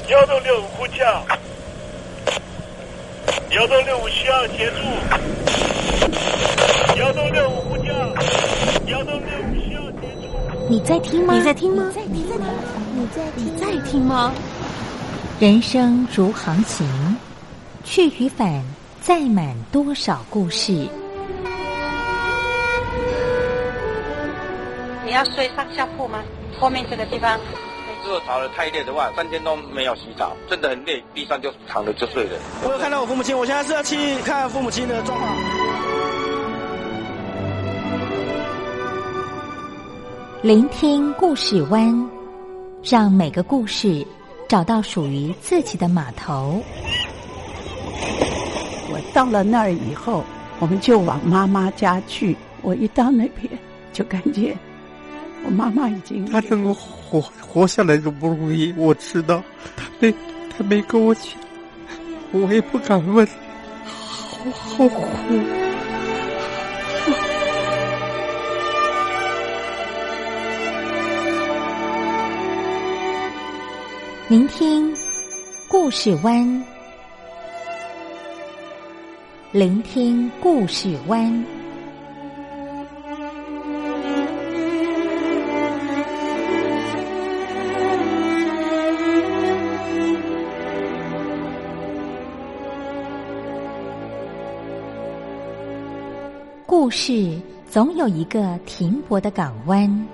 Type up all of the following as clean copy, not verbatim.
幺洞六五呼叫，幺洞六五需要协助，幺洞六五呼叫，幺洞六五需要协助。 你在听吗？ 你在听吗？ 你在听吗？ 人生如航行，去与返，载满多少故事。 你要睡上下铺吗？后面这个地方。 如果吵得太累的话，3天都没有洗澡，真的很累，地上就躺着就睡了。 我有看到我父母亲，我现在是要去看父母亲的状况。 聆听故事湾，让每个故事找到属于自己的码头。 我到了那儿以后，我们就往妈妈家去。我一到那边，就感觉我妈妈已经她能够活下来都不容易，我知道。她没跟我讲，我也不敢问，好苦。 聆听故事湾，聆听故事湾。故事总有一个停泊的港湾。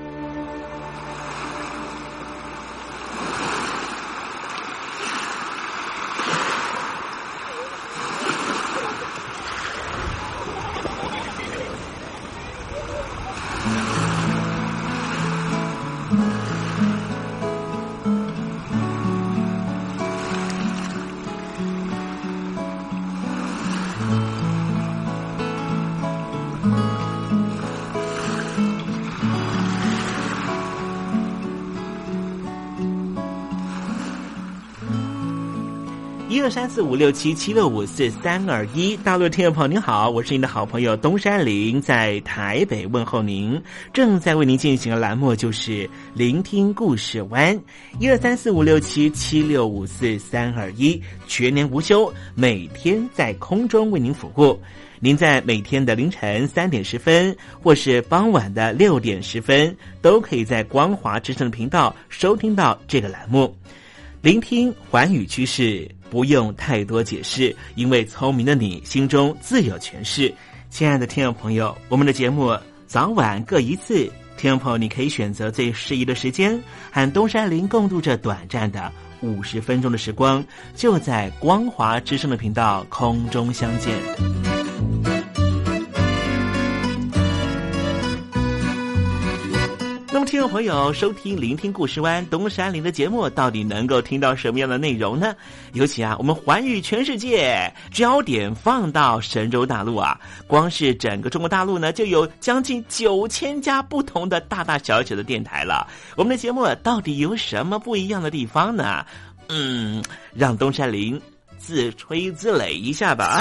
123456776543221，大陆的听众朋友您好，我是您的好朋友东山林，在台北问候您。正在为您进行的栏目就是聆听故事湾，123456776543221，全年无休，每天在空中为您服务。您在每天的凌晨3点10分，或是傍晚的6点10分，都可以在光华之声的频道收听到这个栏目。聆听寰宇趋势，不用太多解释，因为聪明的你心中自有诠释。亲爱的听众朋友，我们的节目早晚各一次，听众朋友你可以选择最适宜的时间，和东山林共度这短暂的50分钟的时光，就在光华之声的频道空中相见。那么听众朋友收听聆听故事湾东山林的节目，到底能够听到什么样的内容呢？尤其我们寰宇全世界，焦点放到神州大陆光是整个中国大陆呢，就有将近9000家不同的大大小小的电台了。我们的节目到底有什么不一样的地方呢？让东山林自吹自擂一下吧。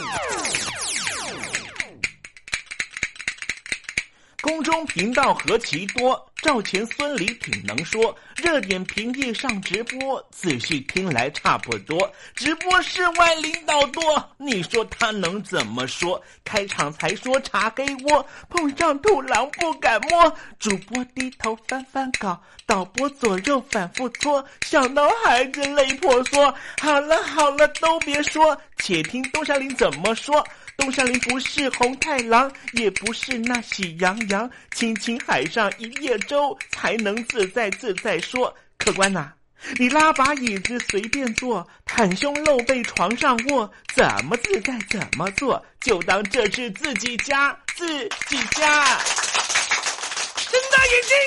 空中频道何其多，赵钱孙李挺能说，热点平地上直播，仔细听来差不多。直播室外领导多，你说他能怎么说？开场才说茶黑窝，碰上土狼不敢摸。主播低头翻翻稿，导播左右反复搓，想到孩子泪婆娑。好了好了，都别说，且听东山林怎么说。东山林不是红太狼，也不是那喜羊羊，亲亲海上一叶舟，才能自在自在说。客官你拉把椅子随便坐，袒胸露背床上卧，怎么自在怎么做，就当这是自己家，自己家。睁大眼睛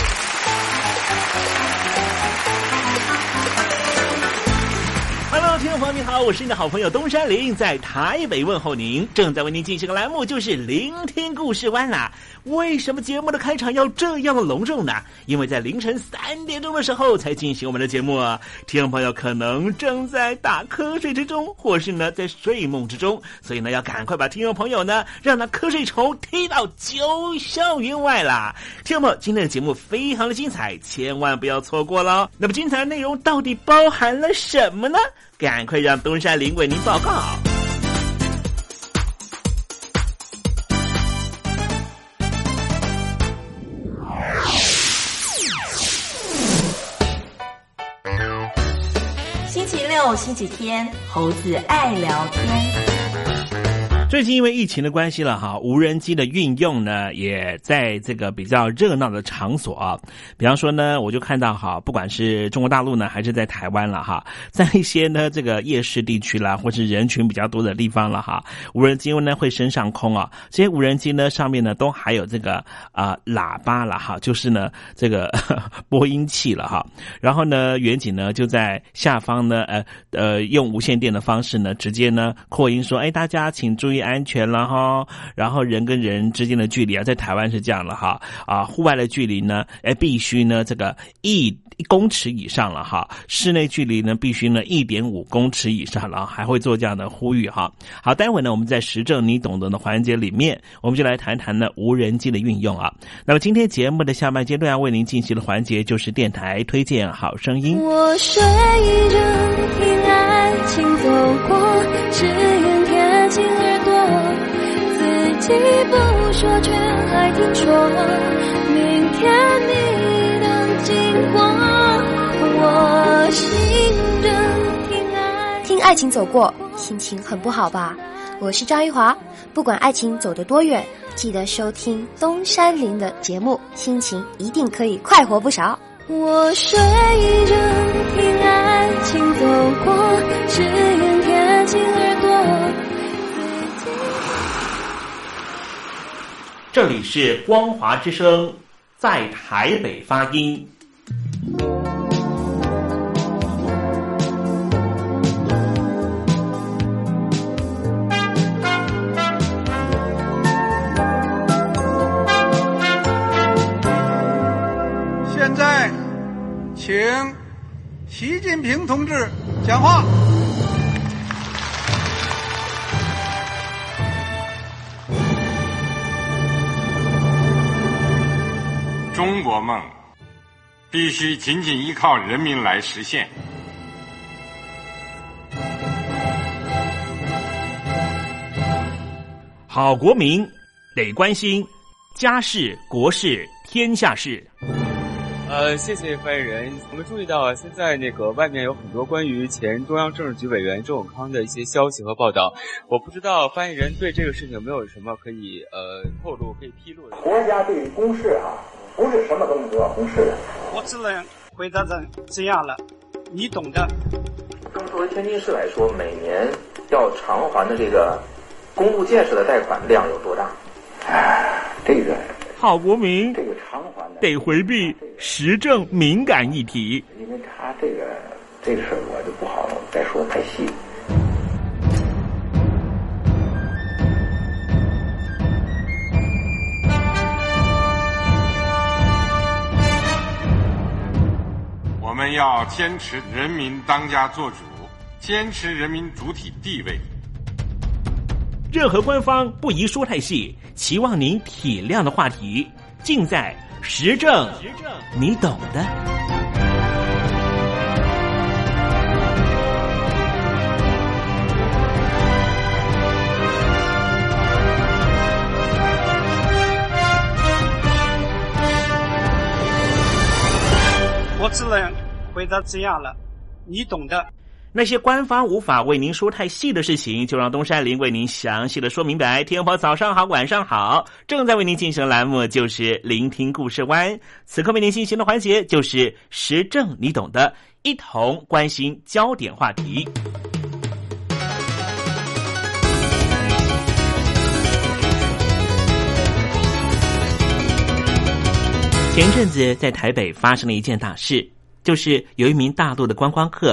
，Showtime！Hello， 听众众朋友您好，我是你的好朋友东山林，在台北问候您。正在为您进行的栏目就是聆听故事湾啦。为什么节目的开场要这样的隆重呢？因为在凌晨3点钟的时候才进行我们的节目啊。听众朋友可能正在打瞌睡之中，或是呢在睡梦之中，所以呢要赶快把听众朋友呢让那瞌睡虫踢到九霄云外啦。听众朋友，今天的节目非常的精彩，千万不要错过了。那么精彩的内容到底包含了什么呢？赶快让东山林为您报告。 星期六、星期天，猴子爱聊天。 最近因为疫情的关系了哈，无人机的运用呢，也在这个比较热闹的场所啊。比方说呢，我就看到哈，不管是中国大陆呢，还是在台湾了哈，在一些呢这个夜市地区啦，或是人群比较多的地方了哈，无人机呢会升上空啊。这些无人机呢上面呢都还有这个喇叭了哈，就是呢这个播音器了哈。然后呢，远景呢就在下方呢用无线电的方式呢，直接呢扩音说，大家请注意安全了哈，然后人跟人之间的距离啊，在台湾是这样了哈户外的距离呢，必须呢这个1公尺以上了哈，室内距离呢必须呢1.5公尺以上了，还会做这样的呼吁哈。好，待会呢我们在时政你懂得的环节里面，我们就来谈谈呢无人机的运用啊。那么今天节目的下半阶段要为您进行的环节就是电台推荐好声音。 我睡着听爱情走过，只愿贴近耳朵，自己不说却还听说，明天你能经过，我醒着听爱情走过，心情很不好吧？我是张玉华，不管爱情走得多远，记得收听东山林的节目，心情一定可以快活不少。我睡着听爱情走过，只愿贴近耳朵。 这里是光华之声，在台北发音。 现在请习近平同志讲话。 中国梦必须紧紧依靠人民来实现。 好国民得关心家事、国事、天下事。 谢谢发言人。我们注意到现在外面有很多关于前中央政治局委员周永康的一些消息和报道，我不知道发言人对这个事情有没有什么可以透露、可以披露的。 国家对于公事不是什么东西都要公示的。 我只能回答成这样了，你懂的。 作为天津市来说，每年要偿还的这个公路建设的贷款量有多大？这个好国民这个偿还的得回避时政敏感议题， 因为他这个事儿我就不好再说太细。 我们要坚持人民当家作主，坚持人民主体地位。 任何官方不宜说太细，期望您体谅的话题，尽在时政你懂的。 我只能回答这样了，你懂的。 那些官方无法为您说太细的事情，就让东山林为您详细的说明白。天婆早上好，晚上好，正在为您进行的栏目就是聆听故事湾，此刻为您进行的环节就是时政你懂的，一同关心焦点话题。前阵子在台北发生了一件大事，就是有一名大陆的观光客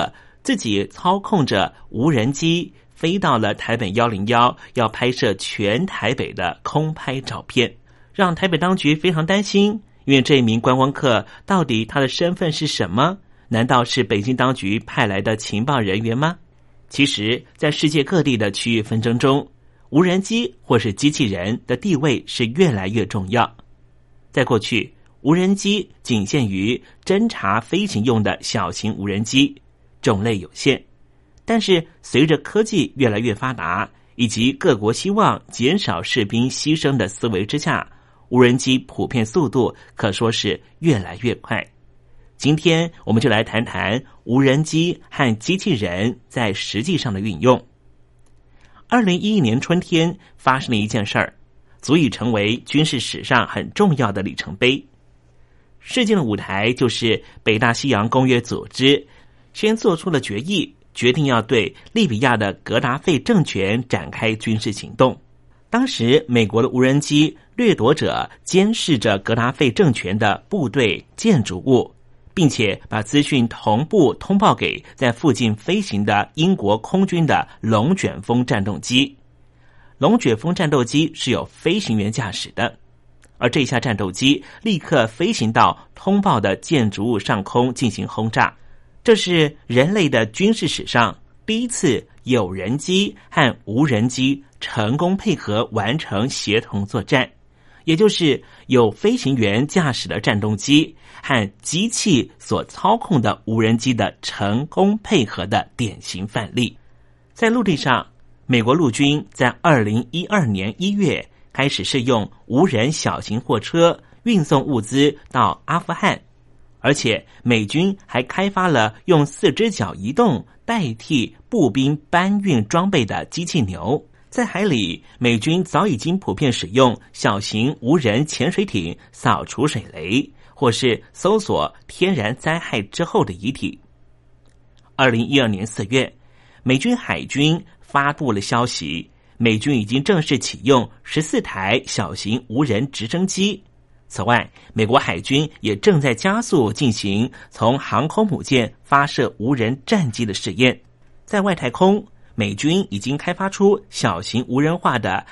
自己操控着无人机飞到了台北101，要拍摄全台北的空拍照片，让台北当局非常担心，因为这一名观光客到底他的身份是什么？难道是北京当局派来的情报人员吗？其实在世界各地的区域纷争中，无人机或是机器人的地位是越来越重要。在过去，无人机仅限于侦察飞行用的小型无人机，种类有限。但是随着科技越来越发达，以及各国希望减少士兵牺牲的思维之下，无人机普遍速度可说是越来越快。今天我们就来谈谈无人机和机器人在实际上的运用。2011年春天发生了一件事儿，足以成为军事史上很重要的里程碑。事件的舞台就是北大西洋公约组织先做出了决议，决定要对利比亚的格达费政权展开军事行动。当时美国的无人机掠夺者监视着格达费政权的部队建筑物，并且把资讯同步通报给在附近飞行的英国空军的龙卷风战斗机。龙卷风战斗机是有飞行员驾驶的，而这架战斗机立刻飞行到通报的建筑物上空进行轰炸。这是人类的军事史上第一次有人机和无人机成功配合完成协同作战，也就是有飞行员驾驶的战斗机和机器所操控的无人机的成功配合的典型范例。在陆地上，美国陆军在2012年1月开始试用无人小型货车运送物资到阿富汗，而且美军还开发了用4只脚移动代替步兵搬运装备的机器牛。在海里，美军早已经普遍使用小型无人潜水艇扫除水雷，或是搜索天然灾害之后的遗体。2012年4月，美军海军发布了消息，美军已经正式启用14台小型无人直升机。此外，美国海军也正在加速进行从航空母舰发射无人战机的试验。在外太空，美军已经开发出小型无人化的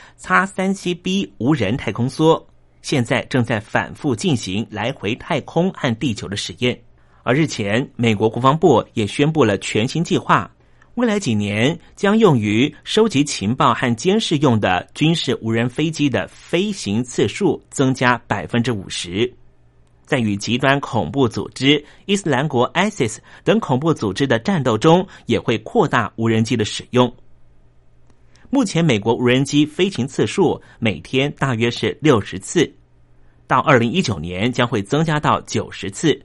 X-37B 无人太空梭，现在正在反复进行来回太空和地球的实验。而日前，美国国防部也宣布了全新计划，未来几年将用于收集情报和监视用的军事无人飞机的飞行次数增加 50%。 在与极端恐怖组织伊斯兰国 ISIS 等恐怖组织的战斗中，也会扩大无人机的使用。目前美国无人机飞行次数每天大约是60次，到2019年将会增加到90次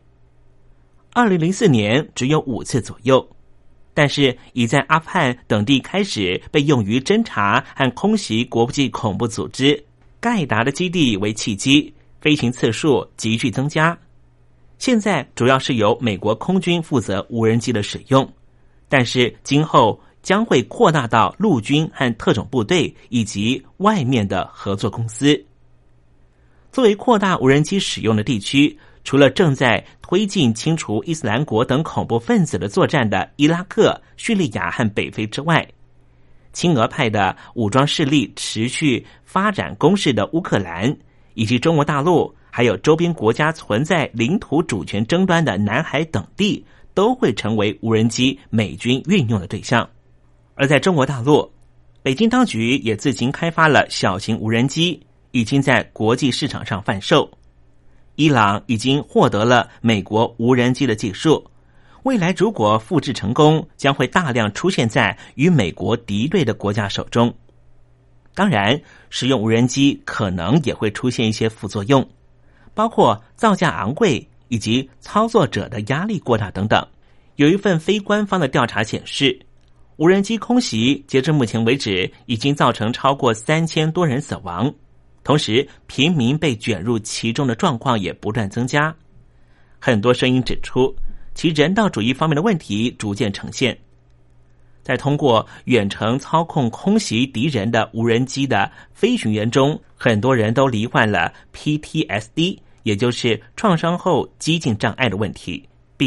，2004年只有5次左右。但是已在阿富汗等地开始被用于侦查和空袭国际恐怖组织盖达的基地为契机，飞行次数急剧增加。现在主要是由美国空军负责无人机的使用，但是今后将会扩大到陆军和特种部队以及外面的合作公司。作为扩大无人机使用的地区，除了正在推进清除伊斯兰国等恐怖分子的作战的伊拉克、叙利亚和北非之外，亲俄派的武装势力持续发展攻势的乌克兰，以及中国大陆，还有周边国家存在领土主权争端的南海等地，都会成为无人机美军运用的对象。而在中国大陆，北京当局也自行开发了小型无人机，已经在国际市场上贩售。伊朗已经获得了美国无人机的技术，未来如果复制成功，将会大量出现在与美国敌对的国家手中。当然，使用无人机可能也会出现一些副作用，包括造价昂贵以及操作者的压力过大等等。有一份非官方的调查显示，无人机空袭截至目前为止已经造成超过3000多人死亡，同时平民被卷入其中的状况也不断增加。很多声音指出，其人道主义方面的问题逐渐呈现。在通过远程操控空袭敌人的无人机的飞行员中，很多人都罹患了 PTSD， 也就是创伤后激进障碍的问题。毕竟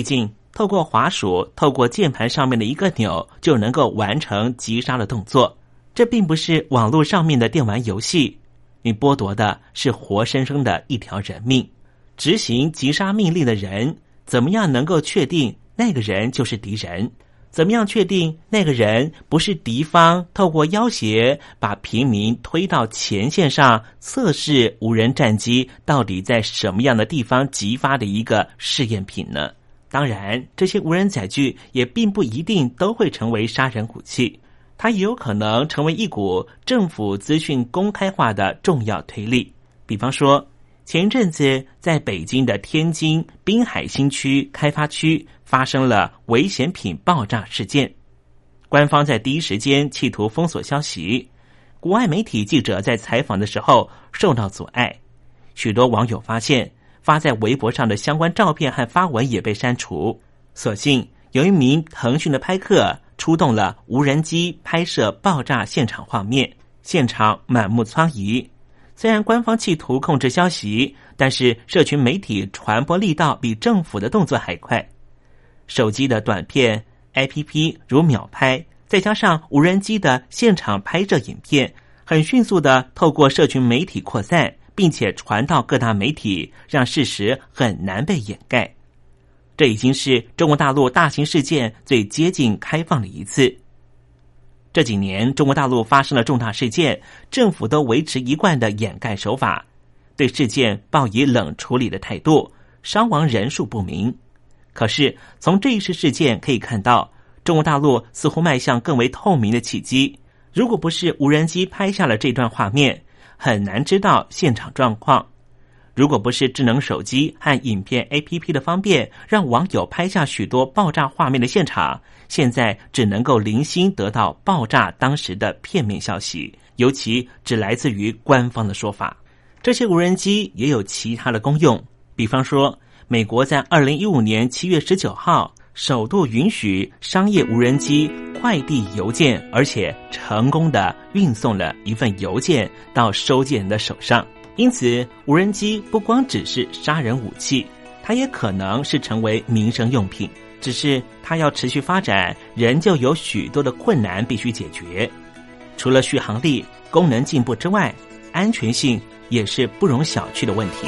透过滑鼠，透过键盘上面的一个钮就能够完成击杀的动作。这并不是网络上面的电玩游戏，你剥夺的是活生生的一条人命。执行击杀命令的人，怎么样能够确定那个人就是敌人？怎么样确定那个人不是敌方透过要挟把平民推到前线上测试无人战机到底在什么样的地方击发的一个试验品呢？当然，这些无人载具也并不一定都会成为杀人武器，它也有可能成为一股政府资讯公开化的重要推力。比方说，前一阵子在北京的天津滨海新区开发区发生了危险品爆炸事件，官方在第一时间企图封锁消息，国外媒体记者在采访的时候受到阻碍，许多网友发现发在微博上的相关照片和发文也被删除。所幸有一名腾讯的拍客出动了无人机拍摄爆炸现场画面，现场满目疮痍。虽然官方企图控制消息，但是社群媒体传播力道比政府的动作还快。手机的短片 APP 如秒拍，再加上无人机的现场拍摄影片，很迅速的透过社群媒体扩散，并且传到各大媒体，让事实很难被掩盖。这已经是中国大陆大型事件最接近开放的一次。这几年中国大陆发生了重大事件，政府都维持一贯的掩盖手法，对事件抱以冷处理的态度，伤亡人数不明。可是从这一次事件可以看到，中国大陆似乎迈向更为透明的契机。如果不是无人机拍下了这段画面，很难知道现场状况。如果不是智能手机和影片 APP 的方便，让网友拍下许多爆炸画面的现场，现在只能够零星得到爆炸当时的片面消息，尤其只来自于官方的说法。这些无人机也有其他的功用，比方说美国在2015年7月19号首度允许商业无人机快递邮件，而且成功的运送了一份邮件到收件人的手上。因此，无人机不光只是杀人武器，它也可能是成为民生用品。只是它要持续发展，仍旧有许多的困难必须解决。除了续航力、功能进步之外，安全性也是不容小觑的问题。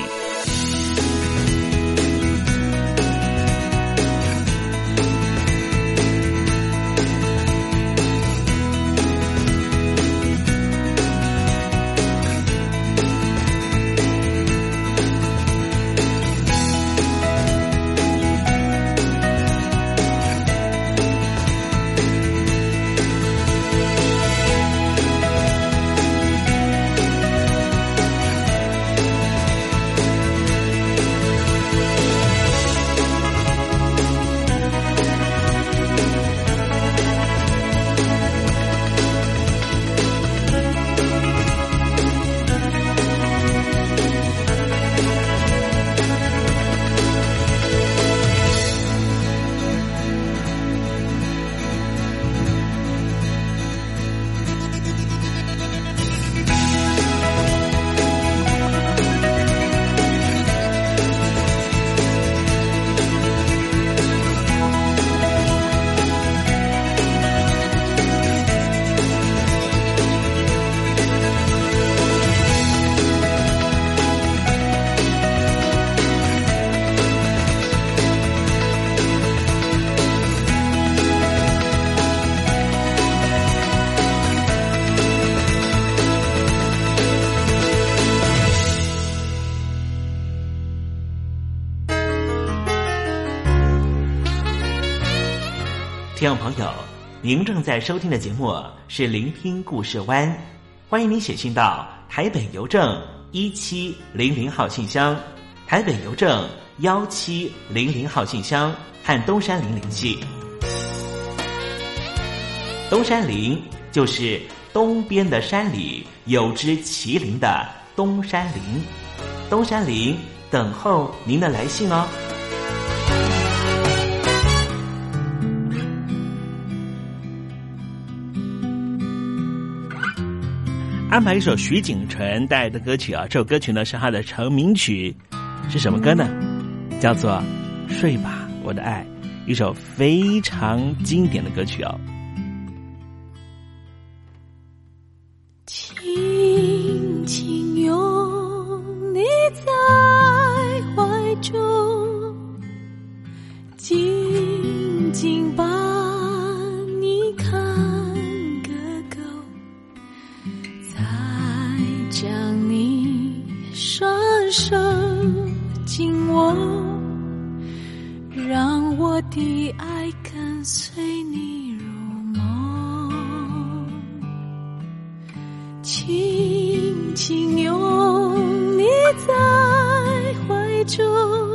听众朋友，您正在收听的节目是聆听故事湾，欢迎您写信到台北邮政1700号信箱，台北邮政1700号信箱，和东山林联系。东山林就是东边的山里有只麒麟的东山林，东山林等候您的来信哦。安排一首徐锦纯带来的歌曲啊，这首歌曲呢是他的成名曲，是什么歌呢？叫做《睡吧我的爱》。 一首非常经典的歌曲哦。 轻轻拥你在怀中，紧紧把你看个够，再将你双手紧握，让我的爱跟随你入梦，轻轻拥你在怀中，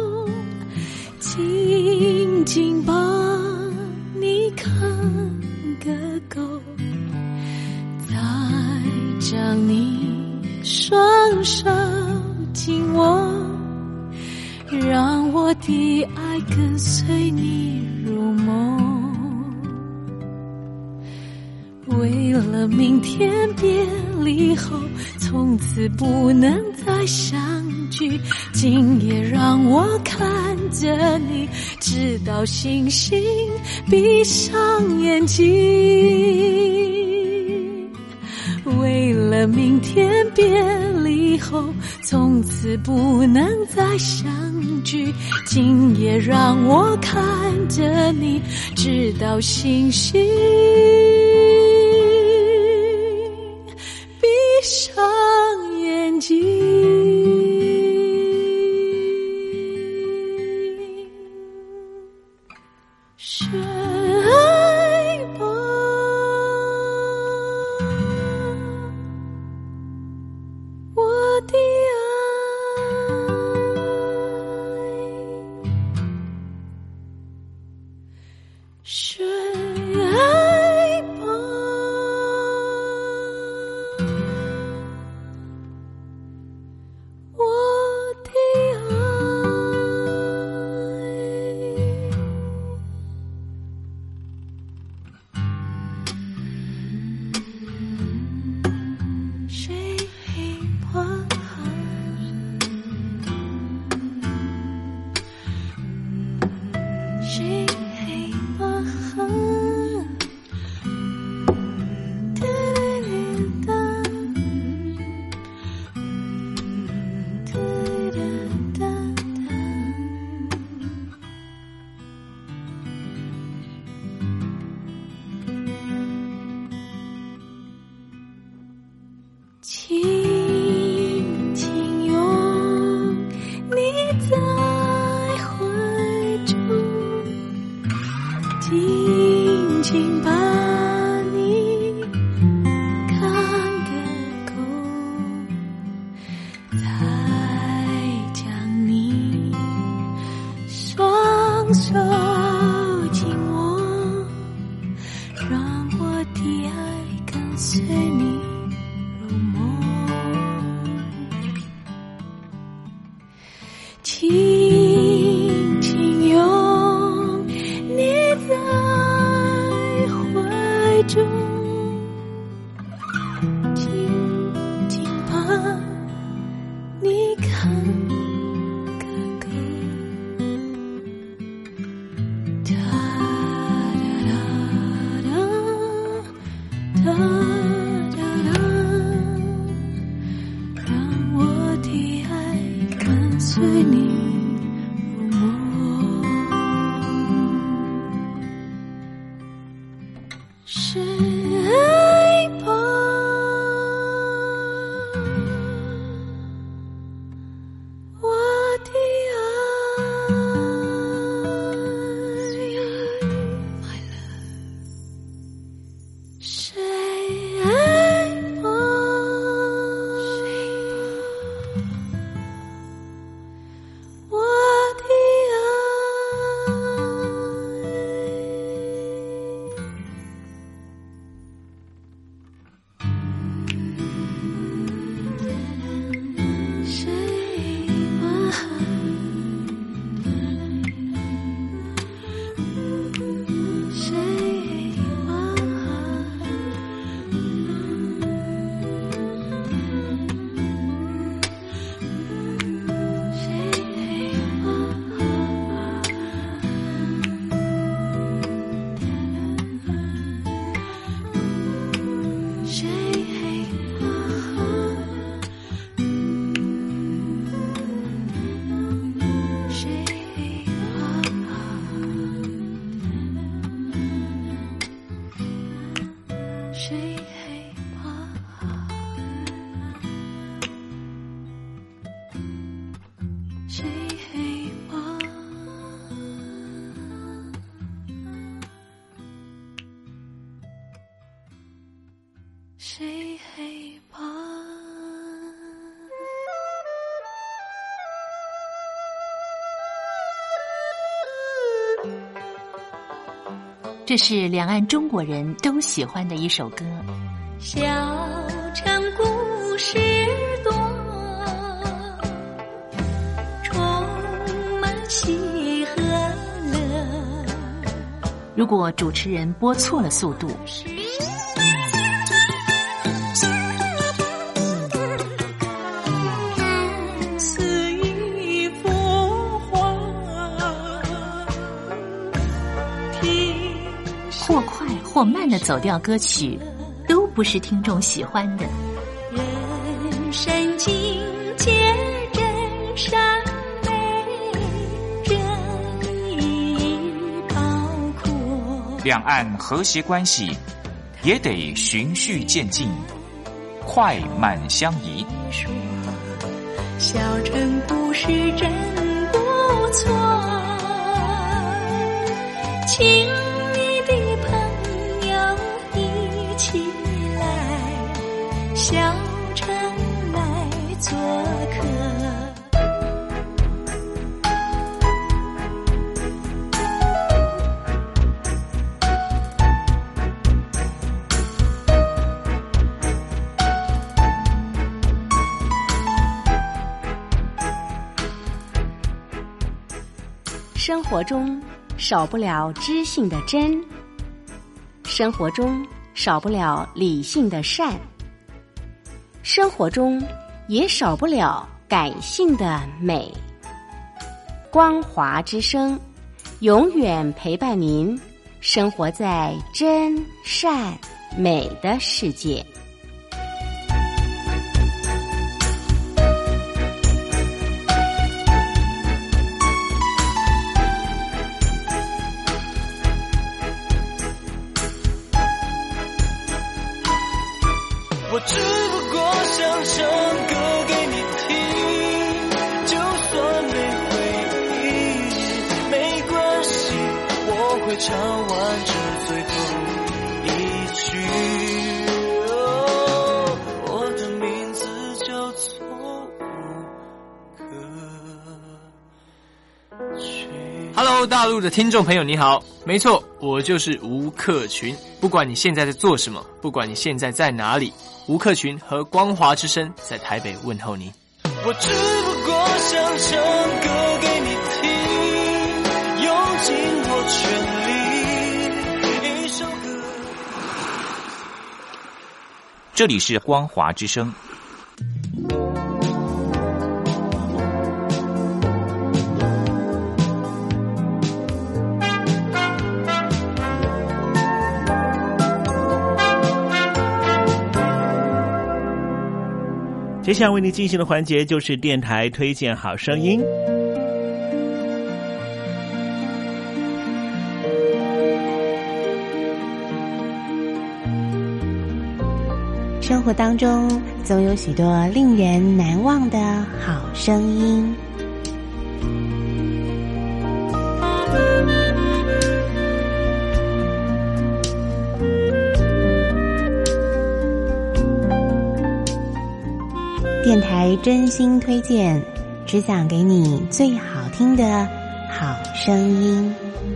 紧紧把你看个够，再将你双手紧握，让我的爱跟随你入梦。为了明天别离后从此不能再相聚，今夜让我看着你直到星星闭上眼睛。为了明天别离后从此不能再相聚，今夜让我看着你直到星星闭上眼睛。深爱吧，我的爱，深爱吧，我的爱。谁不好？谁不好？轻轻拥你在怀中，紧紧把你看个够，再将你双手紧握，让我的爱跟随你轻轻拥你在怀中，紧紧把你看个够， 这是两岸中国人都喜欢的一首歌。 小城故事多，充满喜和乐。 如果主持人播错了速度，或快或慢的走调歌曲，都不是听众喜欢的。 人生境界真善美，真意包括。 两岸和谐关系也得循序渐进，快慢相宜。 小城故事真不错，请你的朋友一起来小城来做客。 生活中少不了知性的真，生活中少不了理性的善，生活中也少不了感性的美。光华之声永远陪伴您，生活在真善美的世界。 我只不过想唱歌给你听，就算没回应没关系，我会唱完这最后一句。我的名字叫做吴克群。Hello， 大陆的听众朋友你好，没错，我就是吴克群。不管你现在在做什么，不管你现在在哪里，吴克群和光华之声在台北问候您。我只不过想唱歌给你听，用尽我全力，一首歌。 这里是光华之声。 接下来为您进行的环节就是电台推荐好声音。 生活当中总有许多令人难忘的好声音。电台真心推荐，只想给你最好听的好声音。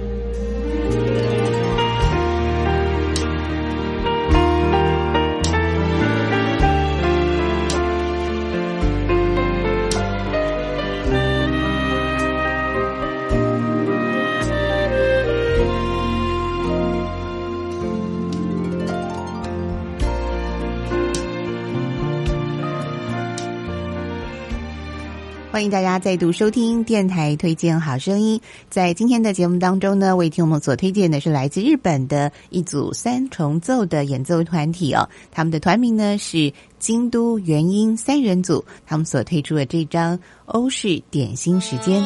欢迎大家再度收听电台推荐好声音。在今天的节目当中呢，为听我们所推荐的是来自日本的一组三重奏的演奏团体哦，他们的团名呢是京都元音三人组，他们所推出的这张欧式点心时间。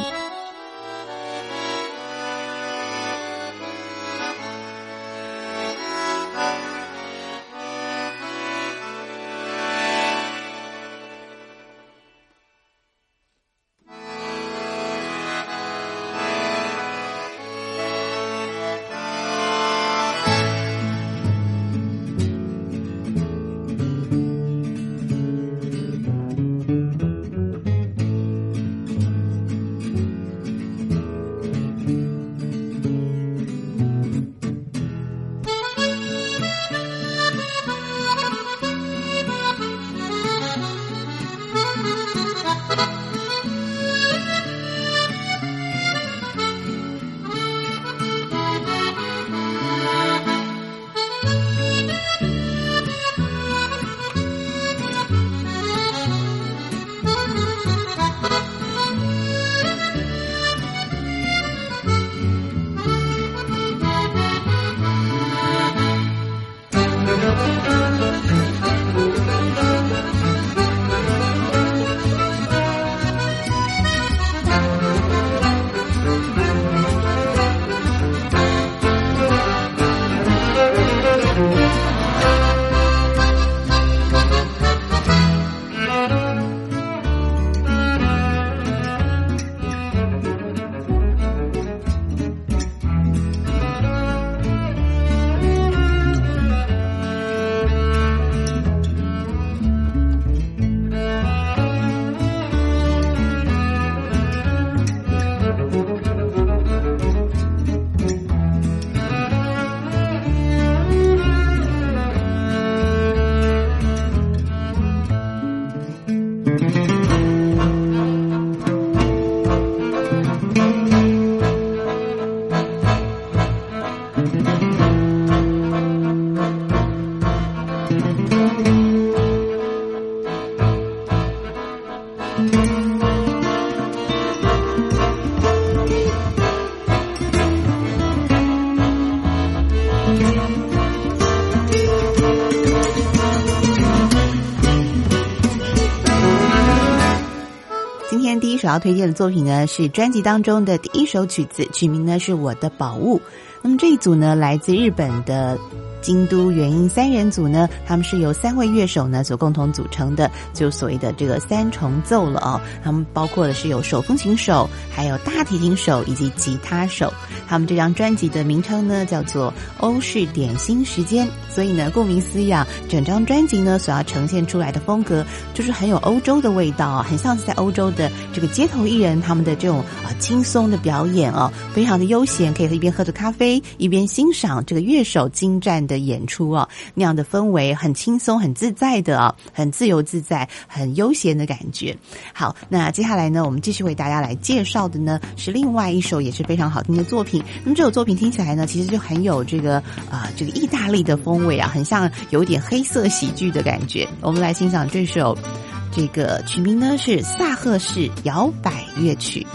要推荐的作品呢是专辑当中的第一首曲子，曲名呢是我的宝物。那么这一组呢来自日本的京都元音三人组呢，他们是由3位乐手呢所共同组成的，就所谓的这个三重奏了哦。他们包括的是有手风琴手，还有大提琴手以及吉他手。他们这张专辑的名称呢叫做欧式点心时间，所以呢顾名思义啊，整张专辑呢所要呈现出来的风格就是很有欧洲的味道啊，很像是在欧洲的这个街头艺人他们的这种轻松的表演哦，非常的悠闲，可以一边喝着咖啡一边欣赏这个乐手精湛的演出啊，那样的氛围很轻松很自在的啊，很自由自在很悠闲的感觉。好，那接下来呢我们继续为大家来介绍的呢是另外一首也是非常好听的作品。那么这首作品听起来呢其实就很有这个意大利的风味啊，很像有一点黑色喜剧的感觉。我们来欣赏这首这个曲名呢是萨赫式摇摆乐曲。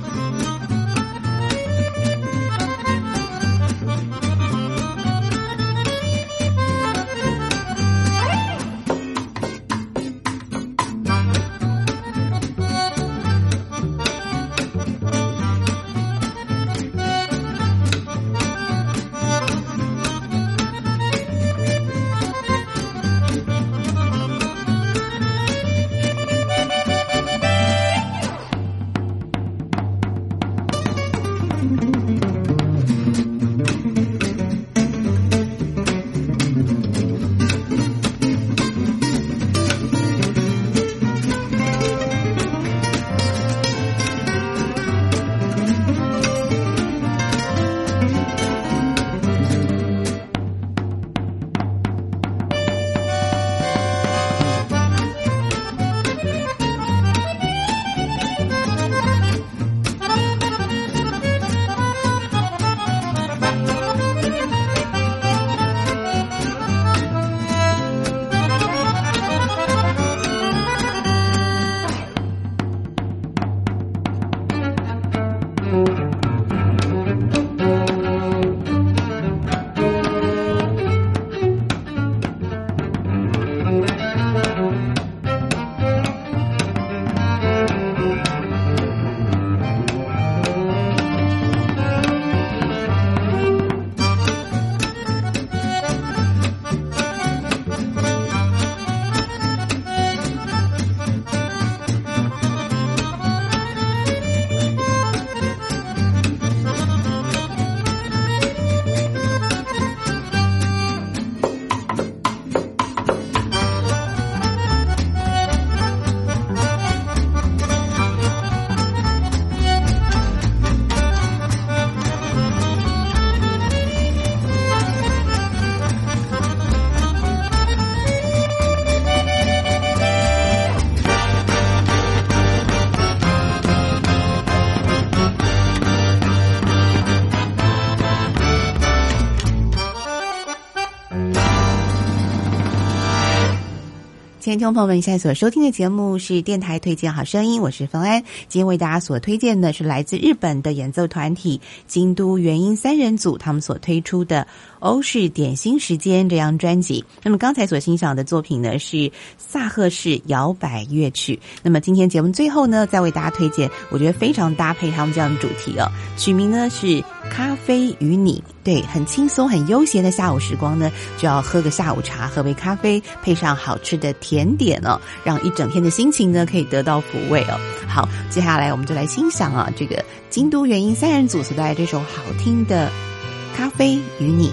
亲爱的听众朋友们，现在所收听的节目是电台推荐好声音，我是冯安。今天为大家所推荐的是来自日本的演奏团体京都元音三人组他们所推出的欧式点心时间这张专辑。那么刚才所欣赏的作品呢是萨赫式摇摆乐曲。那么今天节目最后呢再为大家推荐我觉得非常搭配他们这样的主题哦，曲名呢是咖啡与你。对，很轻松很悠闲的下午时光呢，就要喝个下午茶，喝杯咖啡，配上好吃的甜点哦，让一整天的心情呢可以得到抚慰哦。好，接下来我们就来欣赏啊这个京都元音三人组所带来这首好听的咖啡与你。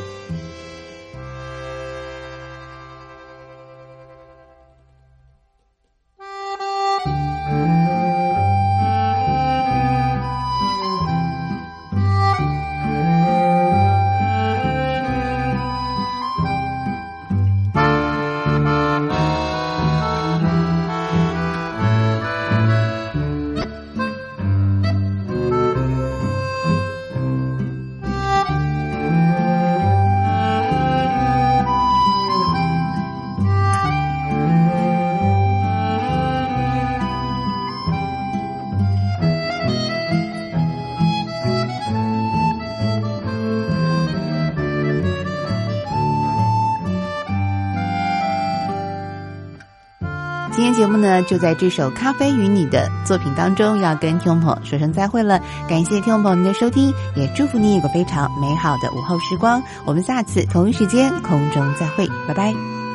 天节目呢，就在这首《咖啡与你》的作品当中，要跟听众朋友说声再会了。感谢听众朋友您的收听，也祝福你有个非常美好的午后时光。我们下次同一时间空中再会，拜拜。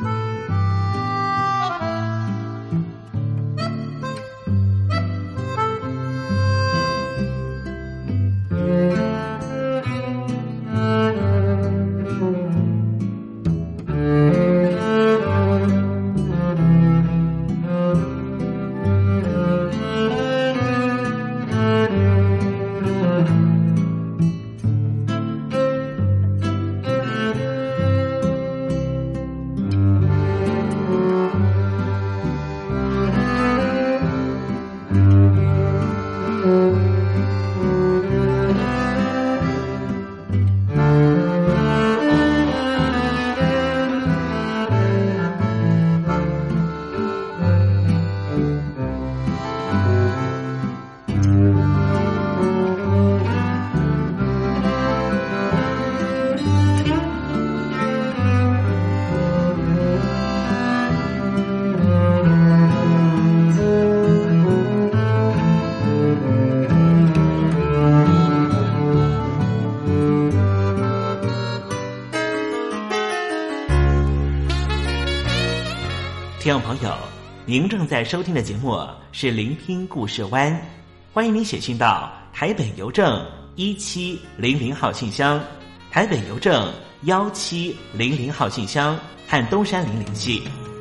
听众朋友，您正在收听的节目是聆听故事湾，欢迎您写信到台北邮政1700号信箱，台北邮政1700号信箱，和东山林联系。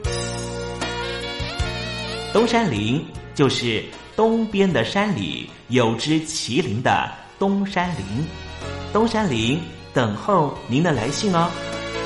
东山林就是东边的山里有只麒麟的东山林，东山林等候您的来信哦。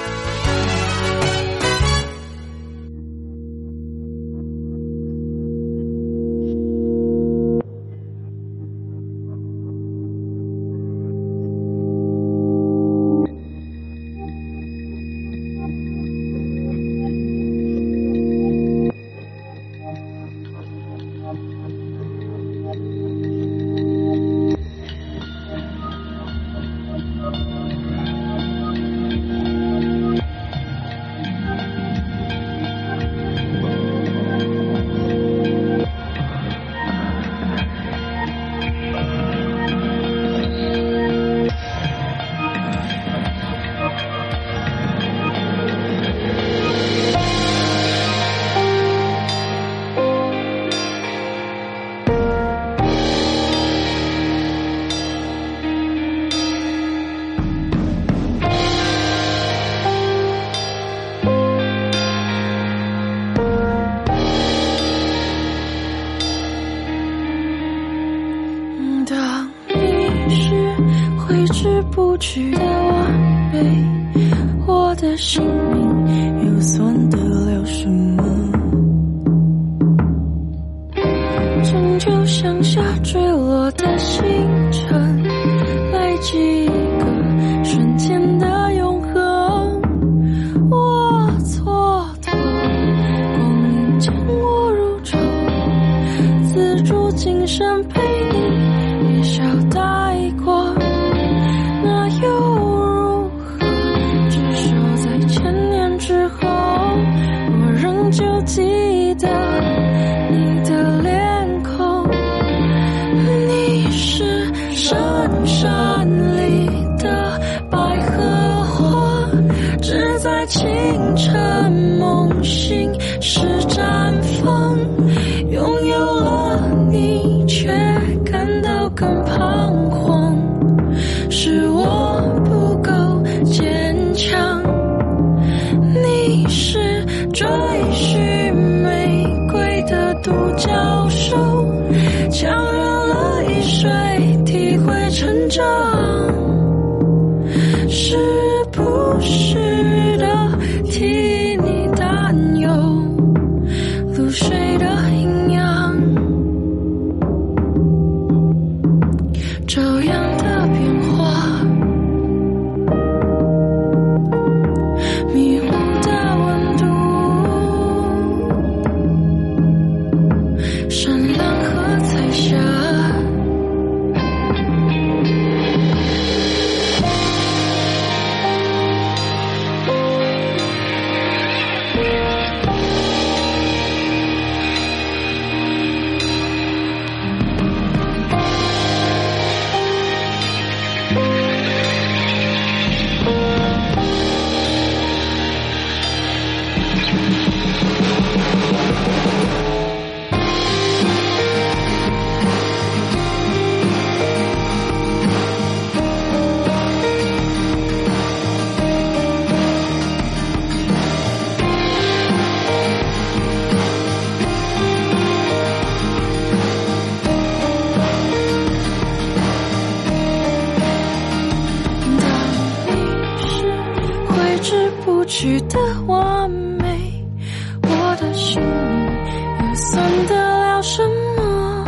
不去的完美，我的性命又算得了什么？终究向下坠落的星辰，累积一个瞬间的永恒。我蹉跎，光阴将我如潮，自助精神陪你一笑带过。那又如何？至少在千年之后，我仍旧记得你的脸孔。你是深山里的百合花，只在清晨梦醒时绽放。拥有了你，却感到更彷徨。是我不够坚强，你是追寻玫瑰的独角兽，强忍了一水，体会成长。是不是的替你担忧露水的营养，这样的变化，迷雾的温度，闪亮和彩霞。 去的完美，我的心又算得了什么？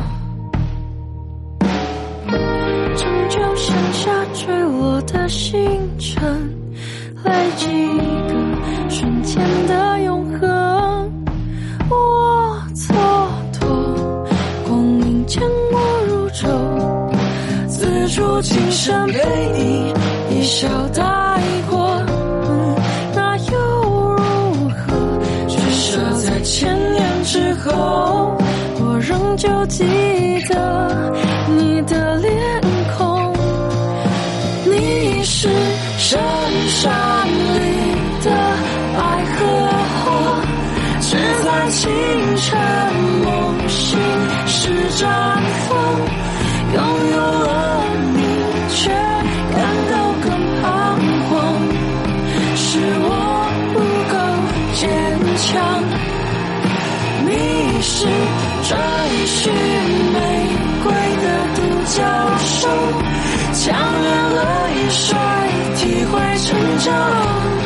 终究剩下坠落的星辰，累积一个瞬间的永恒。我蹉跎，光阴将我如舟，自助青山被你一笑带过。那又如何？至少在千年之后，我仍旧记得你的脸孔。你是深山里的百合花，只在清晨梦醒时绽放。拥有了你，却感到更彷徨，是我不够坚强。你是追寻玫瑰的独角兽，强忍了一水，体会成长，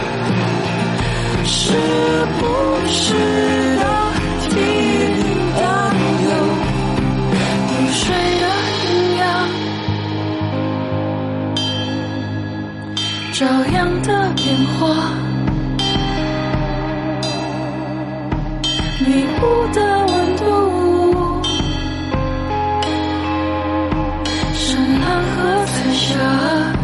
是不是的体力担忧，不睡的营养，这样的变化，迷雾的温度，深蓝和彩霞。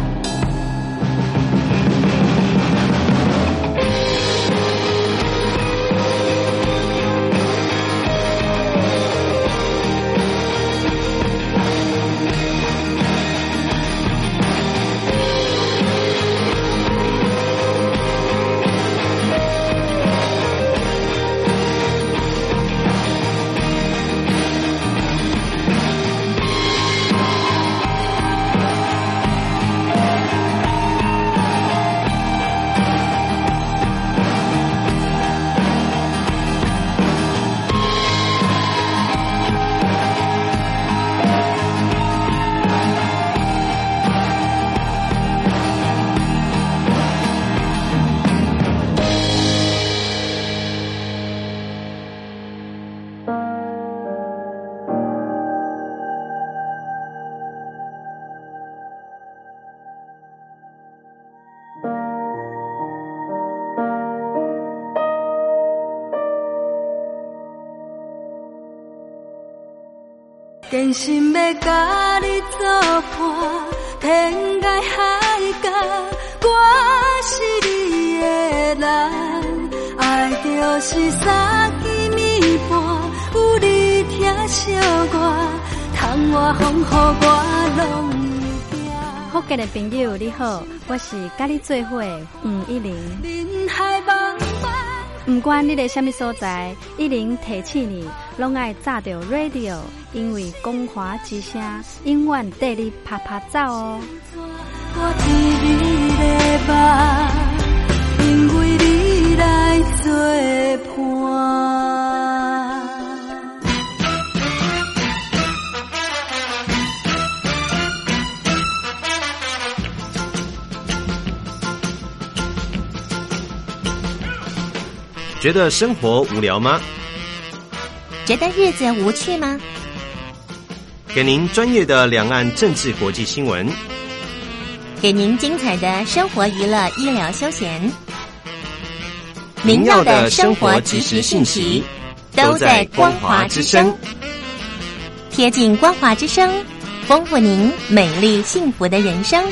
坚信要甲你作伴，天涯海角，我是你的人。爱就是三更暝半，有你听惜我，窗外风雨我拢会惊。福建的朋友你好，我是甲你做伙黄一玲。人海茫茫。不管你在什么所在，一零提醒你，拢爱炸着 radio， 因为光华之声永远带你啪啪走哦。我替你的梦，因为你来作伴。 觉得生活无聊吗？ 觉得日子无趣吗？ 给您专业的两岸政治国际新闻， 给您精彩的生活娱乐医疗休闲，您要的生活即时信息都在光华之声，贴近光华之声，丰富您美丽幸福的人生。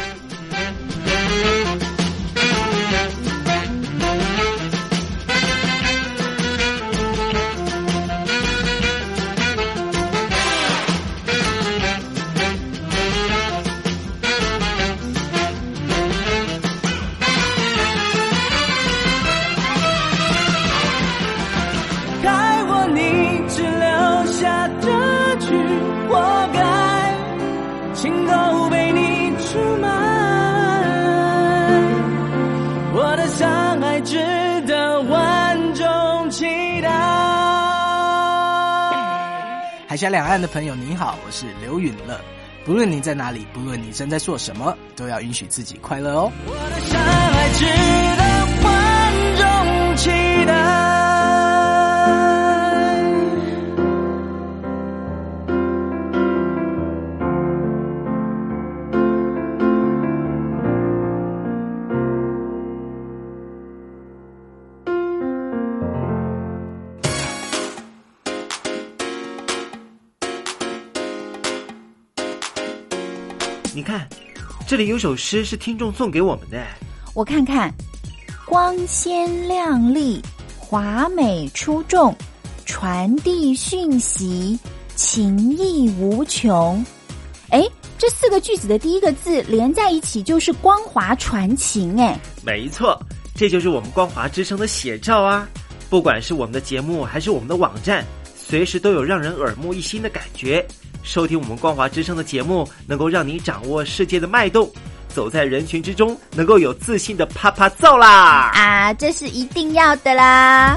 海峡两岸的朋友您好，我是刘允乐。不论你在哪里，不论你正在做什么，都要允许自己快乐哦。我的相爱值得万看，这里有首诗是听众送给我们的。 我看看，光鲜亮丽，华美出众，传递讯息，情意无穷。哎，这4个句子的第一个字连在一起就是光华传情。哎， 没错，这就是我们光华之声的写照啊！不管是我们的节目还是我们的网站，随时都有让人耳目一新的感觉。收听我们光华之声的节目，能够让你掌握世界的脉动，走在人群之中，能够有自信的啪啪揍啦！ 啊，这是一定要的啦！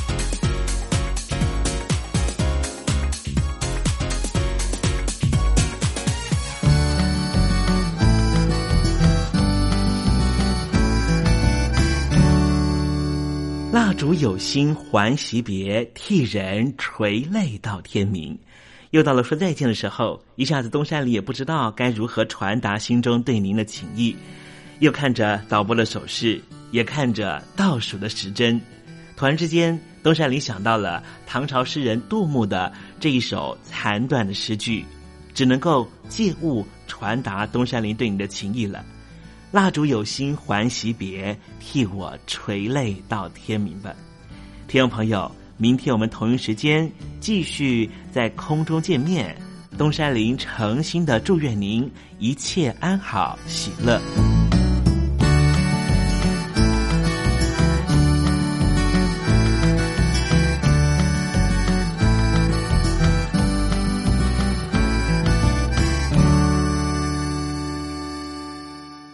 蜡烛有心还惜别，替人垂泪到天明。又到了说再见的时候，一下子东山里也不知道该如何传达心中对您的情意。又看着导播的手势，也看着倒数的时针，突然之间，东山里想到了唐朝诗人杜牧的这一首残短的诗句，只能够借物传达东山林对你的情意了。蜡烛有心还惜别，替我垂泪到天明吧。听众朋友，明天我们同一时间继续在空中见面。东山林诚心的祝愿您一切安好喜乐。